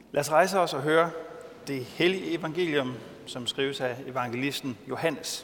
Lad os rejse os og høre det hellige evangelium, som skrives af evangelisten Johannes.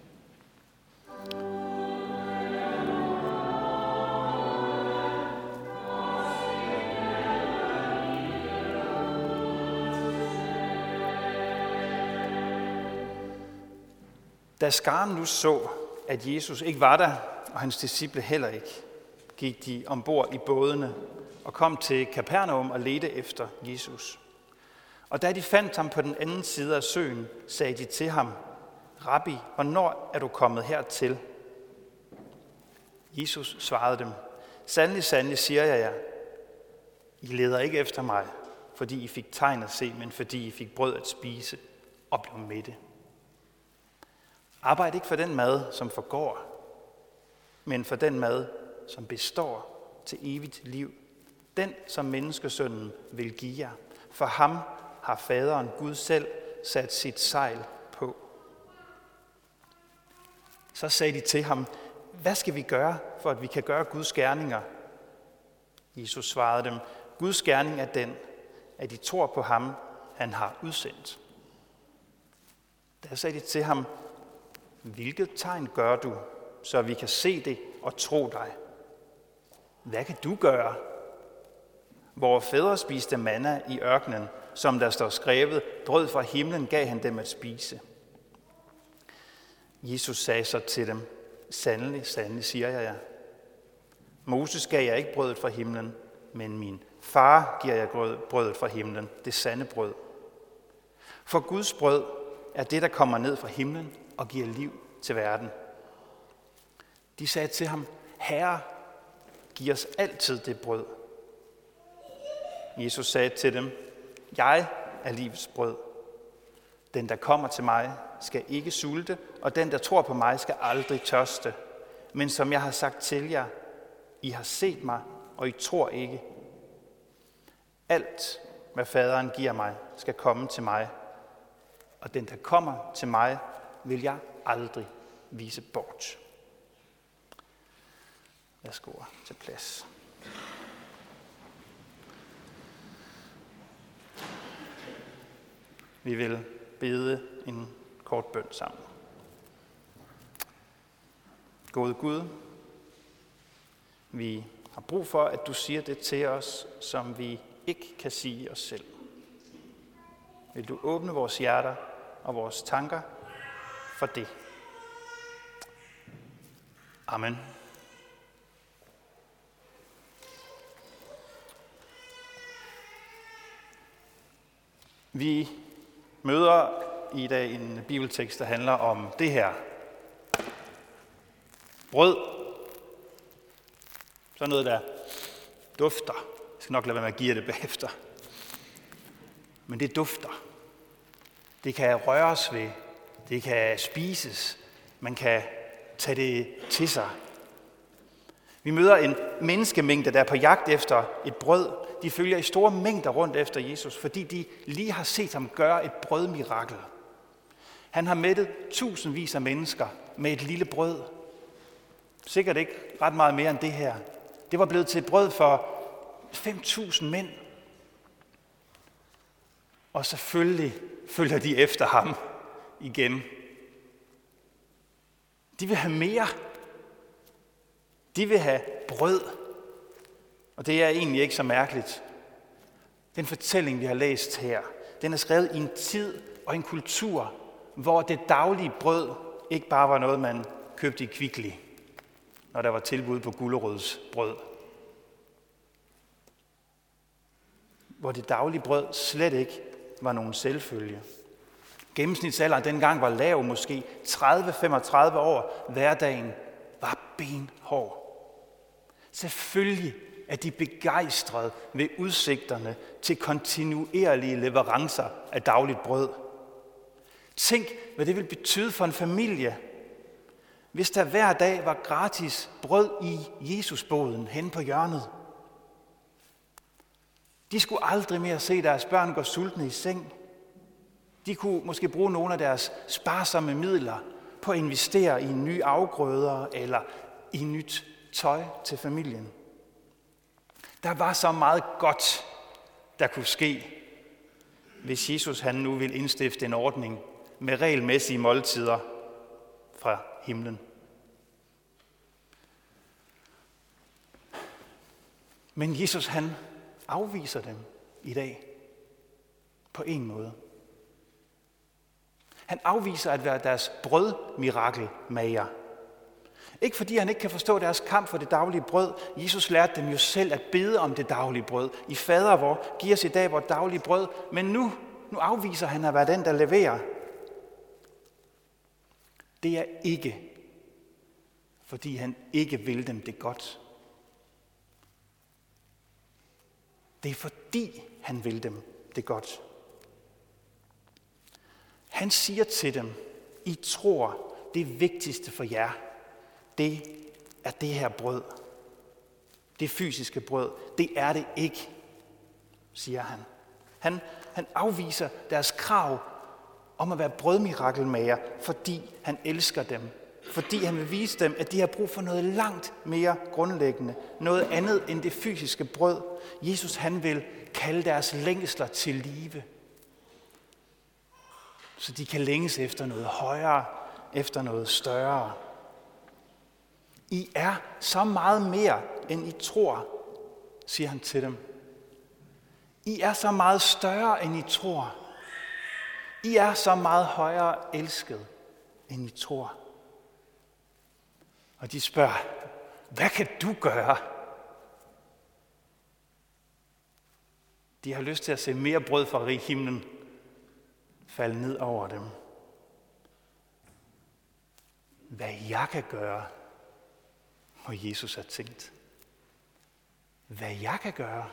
Da skaren nu så, at Jesus ikke var der, og hans disciple heller ikke, gik de ombord i bådene og kom til Kapernaum og ledte efter Jesus. Og da de fandt ham på den anden side af søen, sagde de til ham, Rabbi, hvornår er du kommet hertil? Jesus svarede dem, Sandelig, sandelig, siger jeg jer, I leder ikke efter mig, fordi I fik tegn at se, men fordi I fik brød at spise og blev mætte. Arbejd ikke for den mad, som forgår, men for den mad, som består til evigt liv. Den, som menneskesønnen vil give jer. For ham har faderen Gud selv sat sit sejl på. Så sagde de til ham, hvad skal vi gøre, for at vi kan gøre Guds gerninger? Jesus svarede dem, Guds gerning er den, at de tror på ham, han har udsendt. Da sagde de til ham, hvilket tegn gør du, så vi kan se det og tro dig? Hvad kan du gøre? Vore fædre spiste manna i ørkenen, som der står skrevet, brød fra himlen gav han dem at spise. Jesus sagde så til dem, sandelig, sandelig, siger jeg jer. Moses gav jer ikke brødet fra himlen, men min far giver jer brødet fra himlen, det sande brød. For Guds brød er det, der kommer ned fra himlen og giver liv til verden. De sagde til ham, Herre, giv os altid det brød. Jesus sagde til dem, jeg er livets brød. Den, der kommer til mig, skal ikke sulte, og den, der tror på mig, skal aldrig tørste. Men som jeg har sagt til jer, I har set mig, og I tror ikke. Alt, hvad faderen giver mig, skal komme til mig. Og den, der kommer til mig, vil jeg aldrig vise bort. Værsgo til plads. Vi vil bede en kort bøn sammen. Gode Gud, vi har brug for, at du siger det til os, som vi ikke kan sige os selv. Vil du åbne vores hjerter og vores tanker for det? Amen. Vi møder i dag en bibeltekst, der handler om det her. Brød. Sådan noget, der dufter. Jeg skal nok lade være med at give det bagefter. Men det dufter. Det kan røres ved. Det kan spises. Man kan tage det til sig. Vi møder en menneskemængde, der er på jagt efter et brød. De følger i store mængder rundt efter Jesus, fordi de lige har set ham gøre et brødmirakel. Han har mættet tusindvis af mennesker med et lille brød. Sikkert ikke ret meget mere end det her. Det var blevet til et brød for 5.000 mænd. Og selvfølgelig følger de efter ham igen. De vil have mere. De vil have brød. Og det er egentlig ikke så mærkeligt. Den fortælling, vi har læst her, den er skrevet i en tid og en kultur, hvor det daglige brød ikke bare var noget, man købte i Kvickly, når der var tilbud på gulerodsbrød. Hvor det daglige brød slet ikke var nogen selvfølge. Gennemsnitsalderen dengang var lav, måske 30-35 år. Hverdagen var benhård. Selvfølgelig er de begejstrede ved udsigterne til kontinuerlige leverancer af dagligt brød. Tænk, hvad det vil betyde for en familie, hvis der hver dag var gratis brød i Jesusbåden hen på hjørnet. De skulle aldrig mere se deres børn gå sultne i seng. De kunne måske bruge nogle af deres sparsomme midler på at investere i nye afgrøder eller i nyt tøj til familien. Der var så meget godt, der kunne ske, hvis Jesus han nu vil indstifte en ordning med regelmæssige måltider fra himlen. Men Jesus han afviser dem i dag på en måde. Han afviser at være deres brødmirakelmager. Ikke fordi han ikke kan forstå deres kamp for det daglige brød. Jesus lærte dem jo selv at bede om det daglige brød. I Fader vor, giv os i dag vores daglige brød. Men nu afviser han at være den, der leverer. Det er ikke, fordi han ikke vil dem det godt. Det er fordi han vil dem det godt. Han siger til dem, I tror, det vigtigste for jer, det er det her brød. Det fysiske brød, det er det ikke, siger han. Han afviser deres krav om at være brødmirakelmager, fordi han elsker dem. Fordi han vil vise dem, at de har brug for noget langt mere grundlæggende. Noget andet end det fysiske brød. Jesus han vil kalde deres længsler til live. Så de kan længes efter noget højere, efter noget større. I er så meget mere, end I tror, siger han til dem. I er så meget større, end I tror. I er så meget højere elsket, end I tror. Og de spørger, hvad kan du gøre? De har lyst til at se mere brød fra himlen falde ned over dem. Hvad jeg kan gøre, hvor Jesus har tænkt. Hvad jeg kan gøre?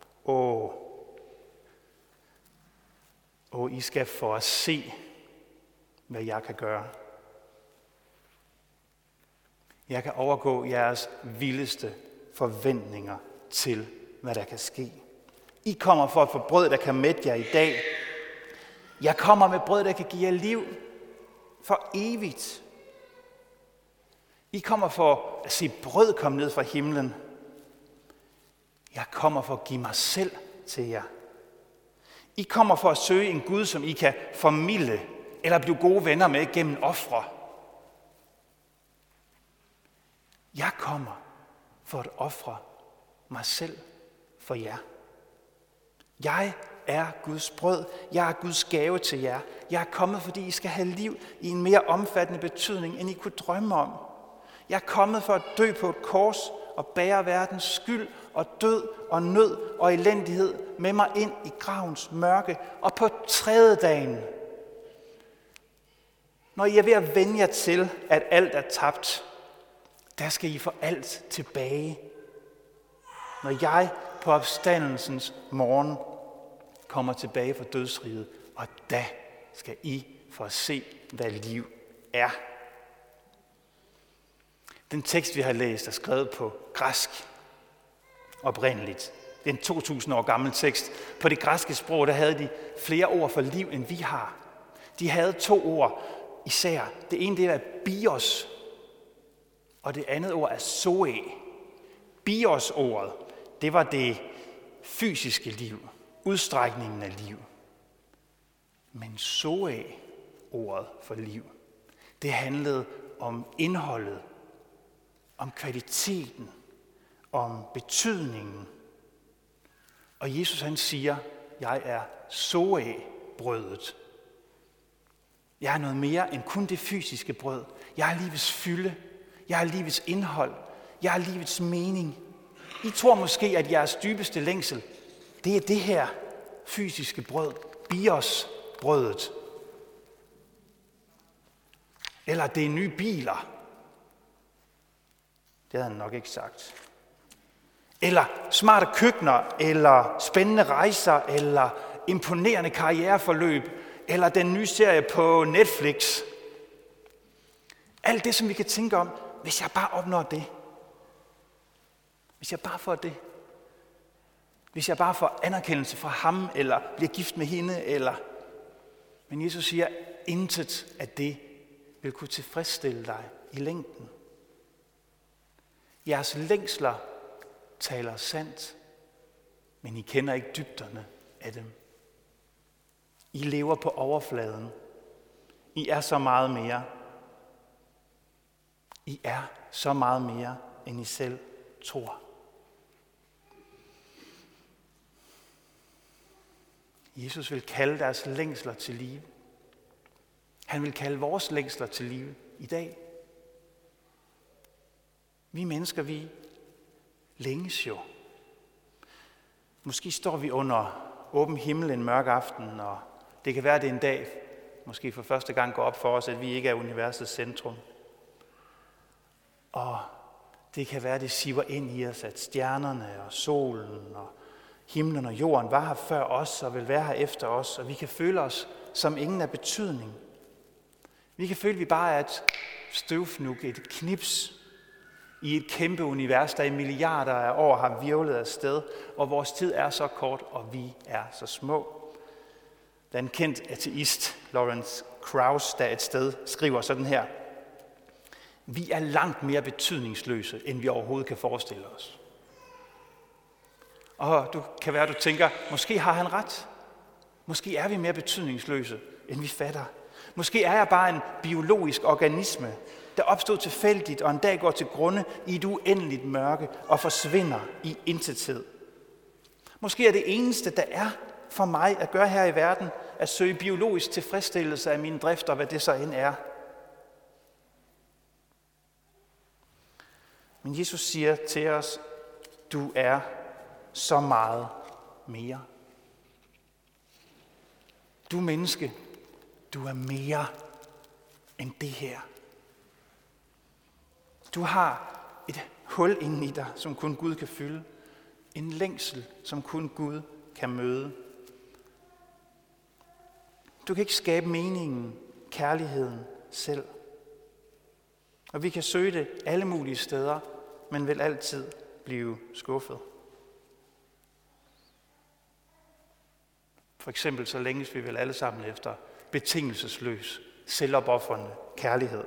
I skal få at se, hvad jeg kan gøre. Jeg kan overgå jeres vildeste forventninger til, hvad der kan ske. I kommer for at få brød, der kan mætte jer i dag. Jeg kommer med brød, der kan give jer liv for evigt. I kommer for at se brød komme ned fra himlen. Jeg kommer for at give mig selv til jer. I kommer for at søge en Gud, som I kan formilde eller blive gode venner med gennem ofre. Jeg kommer for at ofre mig selv for jer. Jeg er Guds brød. Jeg er Guds gave til jer. Jeg er kommet, fordi I skal have liv i en mere omfattende betydning, end I kunne drømme om. Jeg er kommet for at dø på et kors og bære verdens skyld og død og nød og elendighed med mig ind i gravens mørke. Og på tredje dagen, når I er ved at vende jer til, at alt er tabt, der skal I få alt tilbage. Når jeg på opstandelsens morgen kommer tilbage fra dødsriget, og da skal I få at se, hvad liv er. Den tekst, vi har læst, er skrevet på græsk oprindeligt. Det er en 2000 år gammel tekst. På det græske sprog, der havde de flere ord for liv, end vi har. De havde 2 ord især. Det ene, det er bios, og det andet ord er zoe. Bios-ordet, det var det fysiske liv, udstrækningen af liv. Men zoe-ordet for liv, det handlede om indholdet, om kvaliteten, om betydningen. Og Jesus han siger, jeg er zoe-brødet. Jeg er noget mere end kun det fysiske brød. Jeg er livets fylde. Jeg er livets indhold. Jeg er livets mening. I tror måske, at jeres dybeste længsel, det er det her fysiske brød. Bios-brødet. Eller det er nye biler. Det havde han nok ikke sagt. Eller smarte køkkener, eller spændende rejser, eller imponerende karriereforløb, eller den nye serie på Netflix. Alt det, som vi kan tænke om, hvis jeg bare opnår det. Hvis jeg bare får det. Hvis jeg bare får anerkendelse fra ham, eller bliver gift med hende, eller... Men Jesus siger, intet af det vil kunne tilfredsstille dig i længden. Jeres længsler taler sandt, men I kender ikke dybderne af dem. I lever på overfladen. I er så meget mere. I er så meget mere, end I selv tror. Jesus vil kalde deres længsler til live. Han vil kalde vores længsler til live i dag. Vi mennesker, vi længes jo. Måske står vi under åben himmel en mørk aften, og det kan være, at det en dag, måske for første gang, går op for os, at vi ikke er universets centrum. Og det kan være, at det siver ind i os, at stjernerne og solen og himlen og jorden var her før os og vil være her efter os, og vi kan føle os som ingen af betydning. Vi kan føle, at vi bare er et støvfnug, et knips i et kæmpe univers, der i milliarder af år har virvlet afsted, og vores tid er så kort, og vi er så små. Der er en kendt ateist, Lawrence Krauss, der et sted skriver sådan her: vi er langt mere betydningsløse, end vi overhovedet kan forestille os. Og du kan være, du tænker, måske har han ret. Måske er vi mere betydningsløse, end vi fatter. Måske er jeg bare en biologisk organisme, der opstod tilfældigt og en dag går til grunde i et uendeligt mørke og forsvinder i intethed. Måske er det eneste, der er for mig at gøre her i verden, at søge biologisk tilfredsstillelse af mine drifter, hvad det så end er. Men Jesus siger til os, du er så meget mere. Du menneske, du er mere end det her. Du har et hul inde i dig, som kun Gud kan fylde. En længsel, som kun Gud kan møde. Du kan ikke skabe meningen, kærligheden selv. Og vi kan søge det alle mulige steder, men vil altid blive skuffet. For eksempel så længes vi vel alle sammen efter betingelsesløs, selvopofrende kærlighed.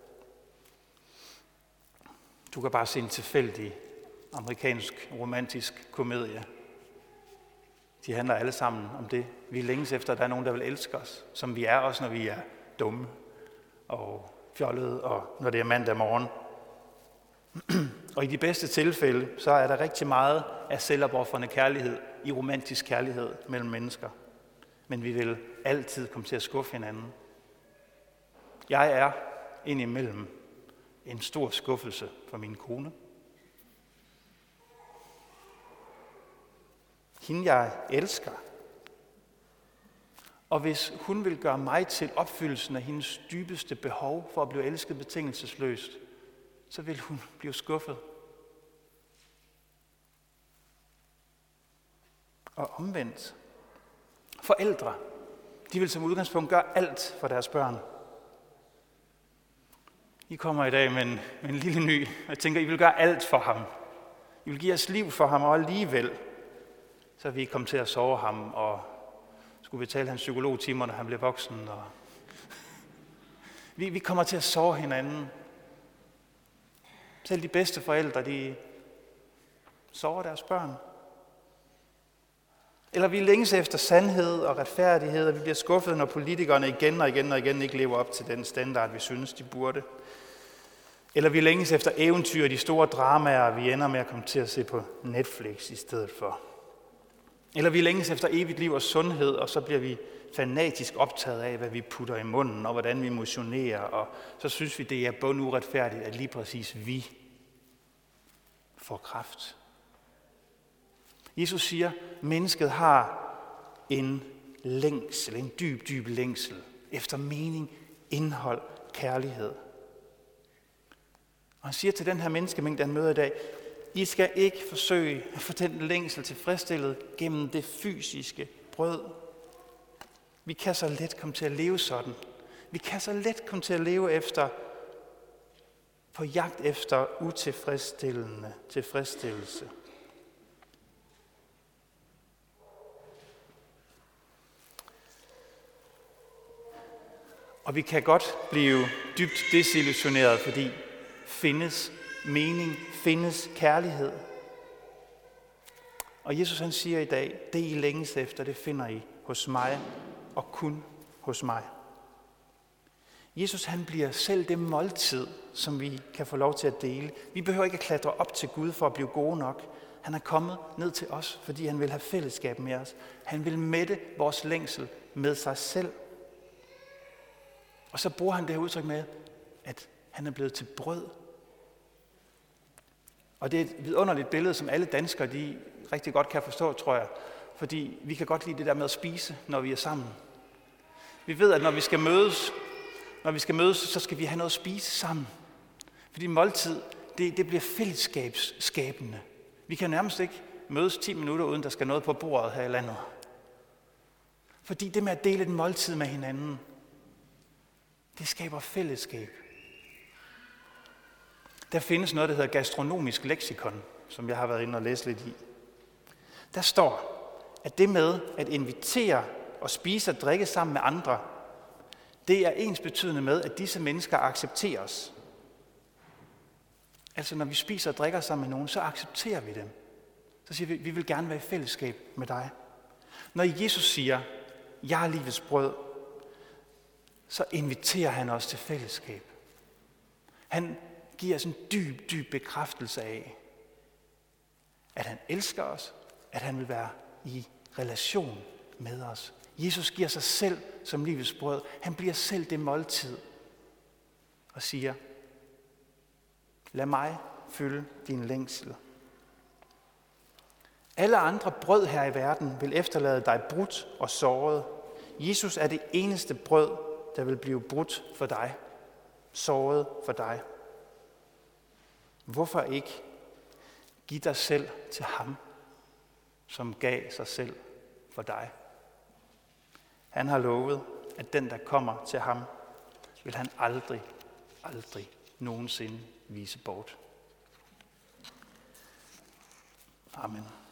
Du kan bare se en tilfældig amerikansk romantisk komedie. De handler alle sammen om det. Vi længes efter, at der er nogen, der vil elske os, som vi er, også når vi er dumme og fjollede, og når det er mandag morgen. Og i de bedste tilfælde, så er der rigtig meget af selvopofrende kærlighed i romantisk kærlighed mellem mennesker. Men vi vil altid komme til at skuffe hinanden. Jeg er indimellem en stor skuffelse for min kone. Hende jeg elsker. Og hvis hun vil gøre mig til opfyldelsen af hendes dybeste behov for at blive elsket betingelsesløst, så vil hun blive skuffet. Og omvendt. Forældre, de vil som udgangspunkt gøre alt for deres børn. I kommer i dag med en lille ny, og jeg tænker, I vil gøre alt for ham. I vil give jeres liv for ham, og alligevel, så er vi kommet til at sove ham, og skulle betale hans psykologtimer, når han bliver voksen. Og vi kommer til at sove hinanden. Selv de bedste forældre, de sover deres børn. Eller vi længes efter sandhed og retfærdighed, og vi bliver skuffet, når politikerne igen og igen og igen ikke lever op til den standard, vi synes, de burde. Eller vi længes efter eventyr og de store dramaer, vi ender med at komme til at se på Netflix i stedet for. Eller vi længes efter evigt liv og sundhed, og så bliver vi fanatisk optaget af, hvad vi putter i munden, og hvordan vi motionerer, og så synes vi, det er bunduretfærdigt, at lige præcis vi får kræft. Jesus siger, at mennesket har en længsel, en dyb, dyb længsel efter mening, indhold, kærlighed. Og han siger til den her menneskemængde, han møder i dag, I skal ikke forsøge at få den længsel tilfredsstillet gennem det fysiske brød. Vi kan så let komme til at leve sådan. Vi kan så let komme til at leve på jagt efter utilfredsstillende tilfredsstillelse. Og vi kan godt blive dybt desillusioneret, fordi findes mening, findes kærlighed. Og Jesus han siger i dag, det I længes efter, det finder I hos mig. og kun hos mig. Jesus han bliver selv det måltid, som vi kan få lov til at dele. Vi behøver ikke at klatre op til Gud for at blive gode nok. Han er kommet ned til os, fordi han vil have fællesskab med os. Han vil mætte vores længsel med sig selv. Og så bruger han det her udtryk med, at han er blevet til brød. Og det er et vidunderligt billede, som alle danskere de rigtig godt kan forstå, tror jeg. Fordi vi kan godt lide det der med at spise, når vi er sammen. Vi ved, at når vi skal mødes, så skal vi have noget at spise sammen. Fordi måltid, det bliver fællesskabsskabende. Vi kan nærmest ikke mødes 10 minutter, uden der skal noget på bordet her i landet. Fordi det med at dele et måltid med hinanden, det skaber fællesskab. Der findes noget, der hedder gastronomisk leksikon, som jeg har været inde og læse lidt i. Der står, at det med at invitere og spise og drikke sammen med andre, det er ensbetydende med, at disse mennesker accepterer os. Altså når vi spiser og drikker sammen med nogen, så accepterer vi dem. Så siger vi vil gerne være i fællesskab med dig. Når Jesus siger, jeg er livets brød, så inviterer han os til fællesskab. Han giver os en dyb bekræftelse af, at han elsker os, at han vil være i relation med os. Jesus giver sig selv som livets brød. Han bliver selv det måltid og siger, lad mig fylde din længsel. Alle andre brød her i verden vil efterlade dig brudt og såret. Jesus er det eneste brød, der vil blive brudt for dig, såret for dig. Hvorfor ikke give dig selv til ham, som gav sig selv for dig? Han har lovet, at den, der kommer til ham, vil han aldrig nogensinde vise bort. Amen.